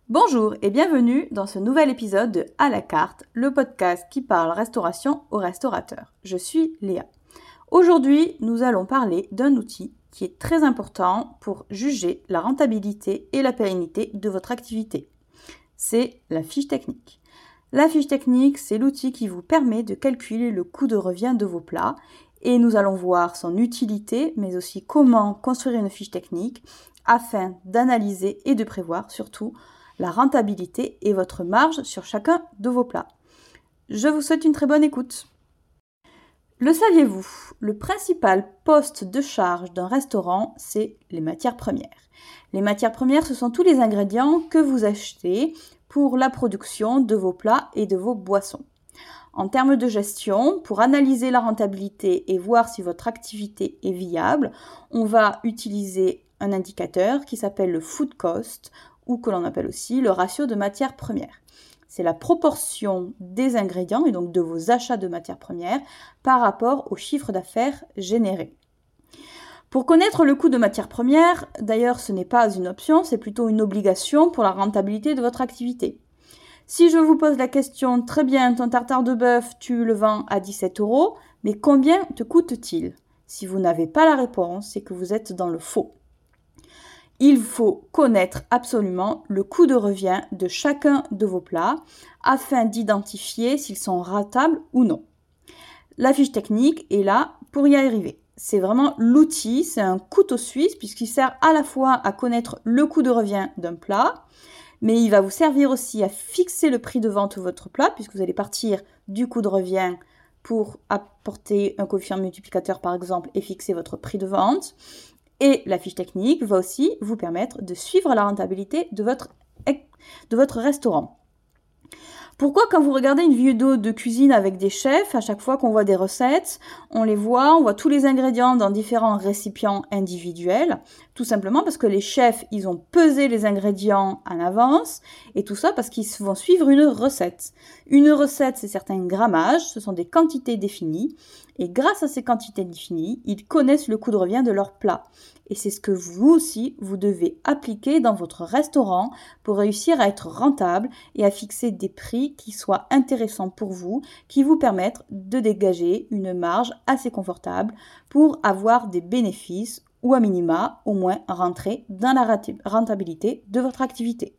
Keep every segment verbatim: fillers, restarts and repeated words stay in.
Bonjour et bienvenue dans ce nouvel épisode de À la carte, le podcast qui parle restauration aux restaurateurs. Je suis Léa. Aujourd'hui, nous allons parler d'un outil qui est très important pour juger la rentabilité et la pérennité de votre activité. C'est la fiche technique. La fiche technique, c'est l'outil qui vous permet de calculer le coût de revient de vos plats et nous allons voir son utilité, mais aussi comment construire une fiche technique afin d'analyser et de prévoir surtout la rentabilité et votre marge sur chacun de vos plats. Je vous souhaite une très bonne écoute. Le saviez-vous? Le principal poste de charge d'un restaurant, c'est les matières premières. Les matières premières, ce sont tous les ingrédients que vous achetez pour la production de vos plats et de vos boissons. En termes de gestion, pour analyser la rentabilité et voir si votre activité est viable, on va utiliser un indicateur qui s'appelle le food cost ou que l'on appelle aussi le ratio de matières premières. C'est la proportion des ingrédients et donc de vos achats de matières premières par rapport au chiffre d'affaires généré. Pour connaître le coût de matières premières, d'ailleurs ce n'est pas une option, c'est plutôt une obligation pour la rentabilité de votre activité. Si je vous pose la question, très bien, ton tartare de bœuf, tu le vends à dix-sept euros, mais combien te coûte-t-il? Si vous n'avez pas la réponse, c'est que vous êtes dans le faux. Il faut connaître absolument le coût de revient de chacun de vos plats afin d'identifier s'ils sont rentables ou non. La fiche technique est là pour y arriver. C'est vraiment l'outil, c'est un couteau suisse puisqu'il sert à la fois à connaître le coût de revient d'un plat, mais il va vous servir aussi à fixer le prix de vente de votre plat puisque vous allez partir du coût de revient pour apporter un coefficient multiplicateur par exemple et fixer votre prix de vente. Et la fiche technique va aussi vous permettre de suivre la rentabilité de votre, de votre restaurant. Pourquoi quand vous regardez une vidéo de cuisine avec des chefs, à chaque fois qu'on voit des recettes, on les voit, on voit tous les ingrédients dans différents récipients individuels? Tout simplement parce que les chefs, ils ont pesé les ingrédients en avance et tout ça parce qu'ils vont suivre une recette. Une recette, c'est certains grammages, ce sont des quantités définies et grâce à ces quantités définies, ils connaissent le coût de revient de leur plat. Et c'est ce que vous aussi, vous devez appliquer dans votre restaurant pour réussir à être rentable et à fixer des prix qui soient intéressants pour vous, qui vous permettent de dégager une marge assez confortable pour avoir des bénéfices ou à minima, au moins rentrer dans la rentabilité de votre activité.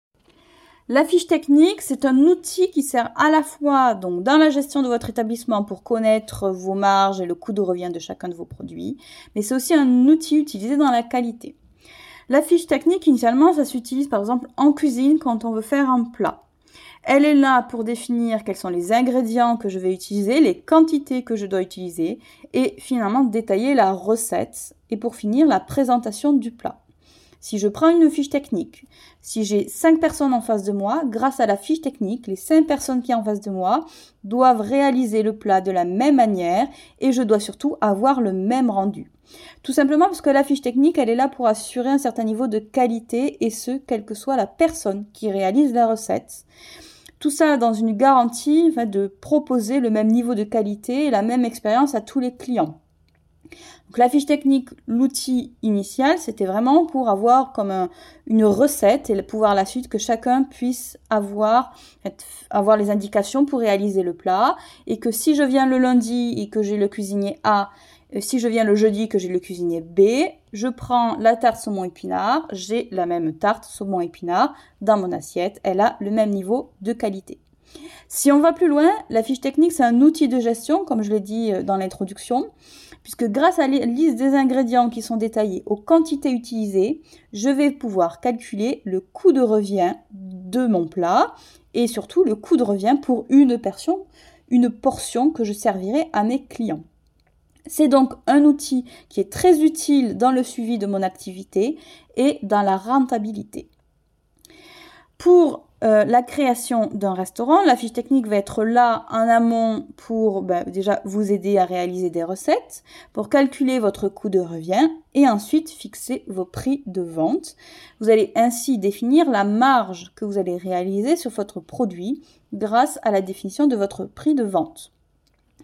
La fiche technique, c'est un outil qui sert à la fois donc, dans la gestion de votre établissement pour connaître vos marges et le coût de revient de chacun de vos produits, mais c'est aussi un outil utilisé dans la qualité. La fiche technique, initialement, ça s'utilise par exemple en cuisine quand on veut faire un plat. Elle est là pour définir quels sont les ingrédients que je vais utiliser, les quantités que je dois utiliser et finalement détailler la recette et pour finir la présentation du plat. Si je prends une fiche technique, si j'ai cinq personnes en face de moi, grâce à la fiche technique, les cinq personnes qui sont en face de moi doivent réaliser le plat de la même manière et je dois surtout avoir le même rendu. Tout simplement parce que la fiche technique, elle est là pour assurer un certain niveau de qualité et ce, quelle que soit la personne qui réalise la recette. Tout ça dans une garantie en fait, de proposer le même niveau de qualité et la même expérience à tous les clients. Donc la fiche technique, l'outil initial, c'était vraiment pour avoir comme un, une recette et pouvoir la suite que chacun puisse avoir, avoir les indications pour réaliser le plat et que si je viens le lundi et que j'ai le cuisinier A, si je viens le jeudi et que j'ai le cuisinier B, je prends la tarte saumon épinard, j'ai la même tarte saumon épinard dans mon assiette, elle a le même niveau de qualité. Si on va plus loin, la fiche technique, c'est un outil de gestion, comme je l'ai dit dans l'introduction, puisque grâce à la liste des ingrédients qui sont détaillés aux quantités utilisées, je vais pouvoir calculer le coût de revient de mon plat et surtout le coût de revient pour une portion, une portion que je servirai à mes clients. C'est donc un outil qui est très utile dans le suivi de mon activité et dans la rentabilité. Pour euh, la création d'un restaurant, la fiche technique va être là en amont pour ben, déjà vous aider à réaliser des recettes, pour calculer votre coût de revient et ensuite fixer vos prix de vente. Vous allez ainsi définir la marge que vous allez réaliser sur votre produit grâce à la définition de votre prix de vente.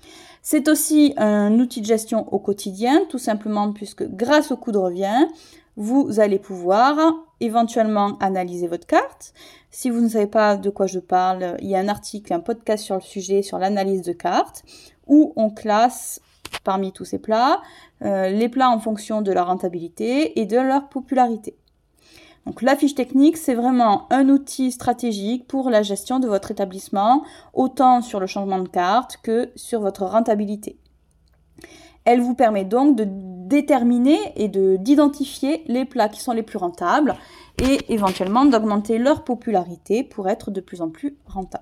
C'est aussi un outil de gestion au quotidien, tout simplement puisque grâce au coût de revient, vous allez pouvoir éventuellement analyser votre carte. Si vous ne savez pas de quoi je parle, il y a un article, un podcast sur le sujet, sur l'analyse de cartes, où on classe parmi tous ces plats, euh, les plats en fonction de leur rentabilité et de leur popularité. Donc la fiche technique, c'est vraiment un outil stratégique pour la gestion de votre établissement, autant sur le changement de carte que sur votre rentabilité. Elle vous permet donc de déterminer et de, d'identifier les plats qui sont les plus rentables et éventuellement d'augmenter leur popularité pour être de plus en plus rentables.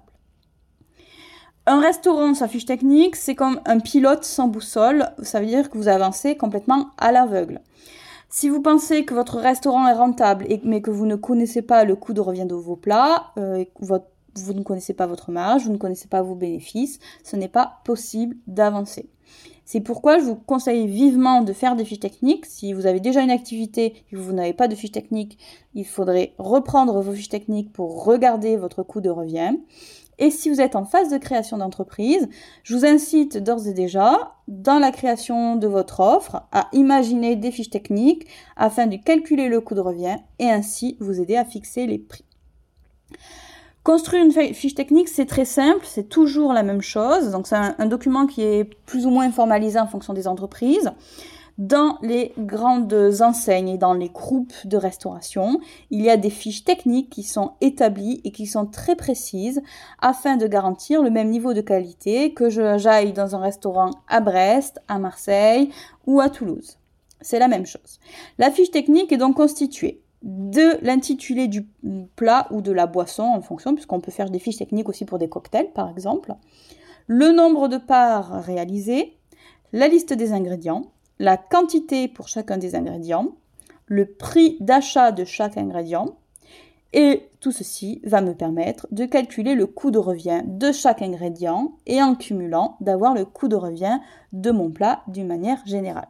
Un restaurant sans fiche technique, c'est comme un pilote sans boussole, ça veut dire que vous avancez complètement à l'aveugle. Si vous pensez que votre restaurant est rentable et, mais que vous ne connaissez pas le coût de revient de vos plats, euh, votre, vous ne connaissez pas votre marge, vous ne connaissez pas vos bénéfices, ce n'est pas possible d'avancer. C'est pourquoi je vous conseille vivement de faire des fiches techniques. Si vous avez déjà une activité et que vous n'avez pas de fiches techniques, il faudrait reprendre vos fiches techniques pour regarder votre coût de revient. Et si vous êtes en phase de création d'entreprise, je vous incite d'ores et déjà, dans la création de votre offre, à imaginer des fiches techniques afin de calculer le coût de revient et ainsi vous aider à fixer les prix. Construire une fiche technique, c'est très simple, c'est toujours la même chose. Donc c'est un, un document qui est plus ou moins formalisé en fonction des entreprises. Dans les grandes enseignes et dans les groupes de restauration, il y a des fiches techniques qui sont établies et qui sont très précises afin de garantir le même niveau de qualité que je, j'aille dans un restaurant à Brest, à Marseille ou à Toulouse. C'est la même chose. La fiche technique est donc constituée de l'intitulé du plat ou de la boisson en fonction, puisqu'on peut faire des fiches techniques aussi pour des cocktails par exemple, le nombre de parts réalisées, la liste des ingrédients, la quantité pour chacun des ingrédients, le prix d'achat de chaque ingrédient, et tout ceci va me permettre de calculer le coût de revient de chaque ingrédient et en cumulant d'avoir le coût de revient de mon plat d'une manière générale.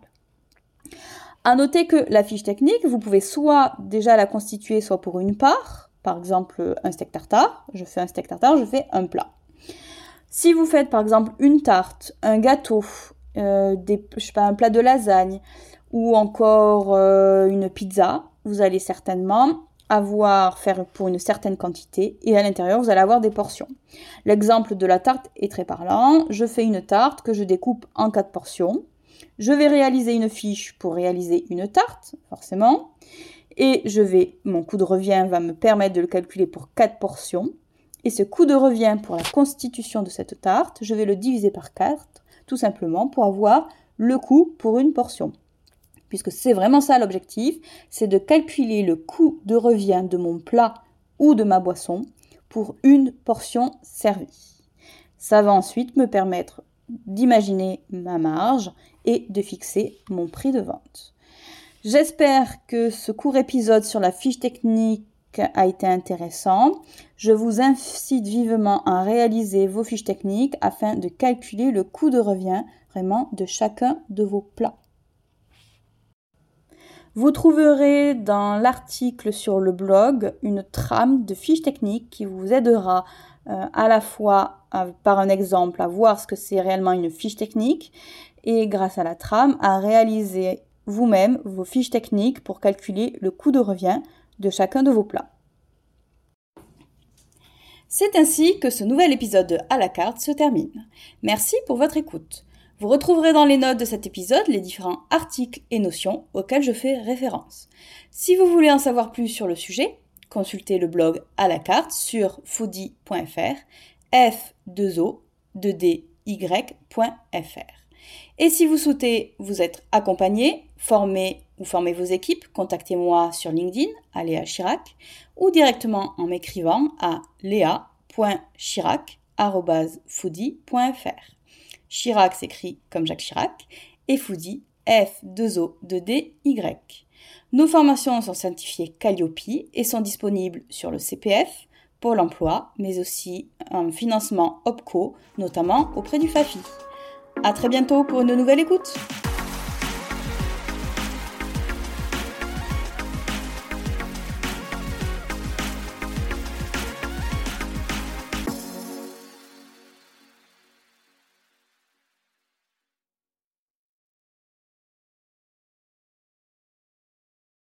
À noter que la fiche technique, vous pouvez soit déjà la constituer soit pour une part, par exemple un steak tartare, je fais un steak tartare, je fais un plat. Si vous faites par exemple une tarte, un gâteau, Euh, des, je sais pas, un plat de lasagne ou encore euh, une pizza, vous allez certainement avoir faire pour une certaine quantité et à l'intérieur vous allez avoir des portions. L'exemple de la tarte est très parlant. Je fais une tarte que je découpe en quatre portions. Je vais réaliser une fiche pour réaliser une tarte, forcément, et je vais, mon coût de revient va me permettre de le calculer pour quatre portions. Et ce coût de revient pour la constitution de cette tarte, je vais le diviser par quatre. Tout simplement pour avoir le coût pour une portion. Puisque c'est vraiment ça l'objectif, c'est de calculer le coût de revient de mon plat ou de ma boisson pour une portion servie. Ça va ensuite me permettre d'imaginer ma marge et de fixer mon prix de vente. J'espère que ce court épisode sur la fiche technique a été intéressant. Je vous incite vivement à réaliser vos fiches techniques afin de calculer le coût de revient vraiment de chacun de vos plats. Vous trouverez dans l'article sur le blog une trame de fiches techniques qui vous aidera euh, à la fois à, par un exemple à voir ce que c'est réellement une fiche technique et grâce à la trame à réaliser vous-même vos fiches techniques pour calculer le coût de revient de chacun de vos plats. C'est ainsi que ce nouvel épisode de À la carte se termine. Merci pour votre écoute. Vous retrouverez dans les notes de cet épisode les différents articles et notions auxquels je fais référence. Si vous voulez en savoir plus sur le sujet, consultez le blog À la carte sur foodie point f r, f deux o deux d y point f r. Et si vous souhaitez vous être accompagné, formé ou former vos équipes, contactez-moi sur LinkedIn à Léa Chirac ou directement en m'écrivant à léa point chirac arobase foodie point f r. Chirac s'écrit comme Jacques Chirac et Foodie F deux O deux D Y. Nos formations sont certifiées Calliope et sont disponibles sur le C P F, Pôle emploi, mais aussi un financement OPCO, notamment auprès du FAFI. À très bientôt pour une nouvelle écoute.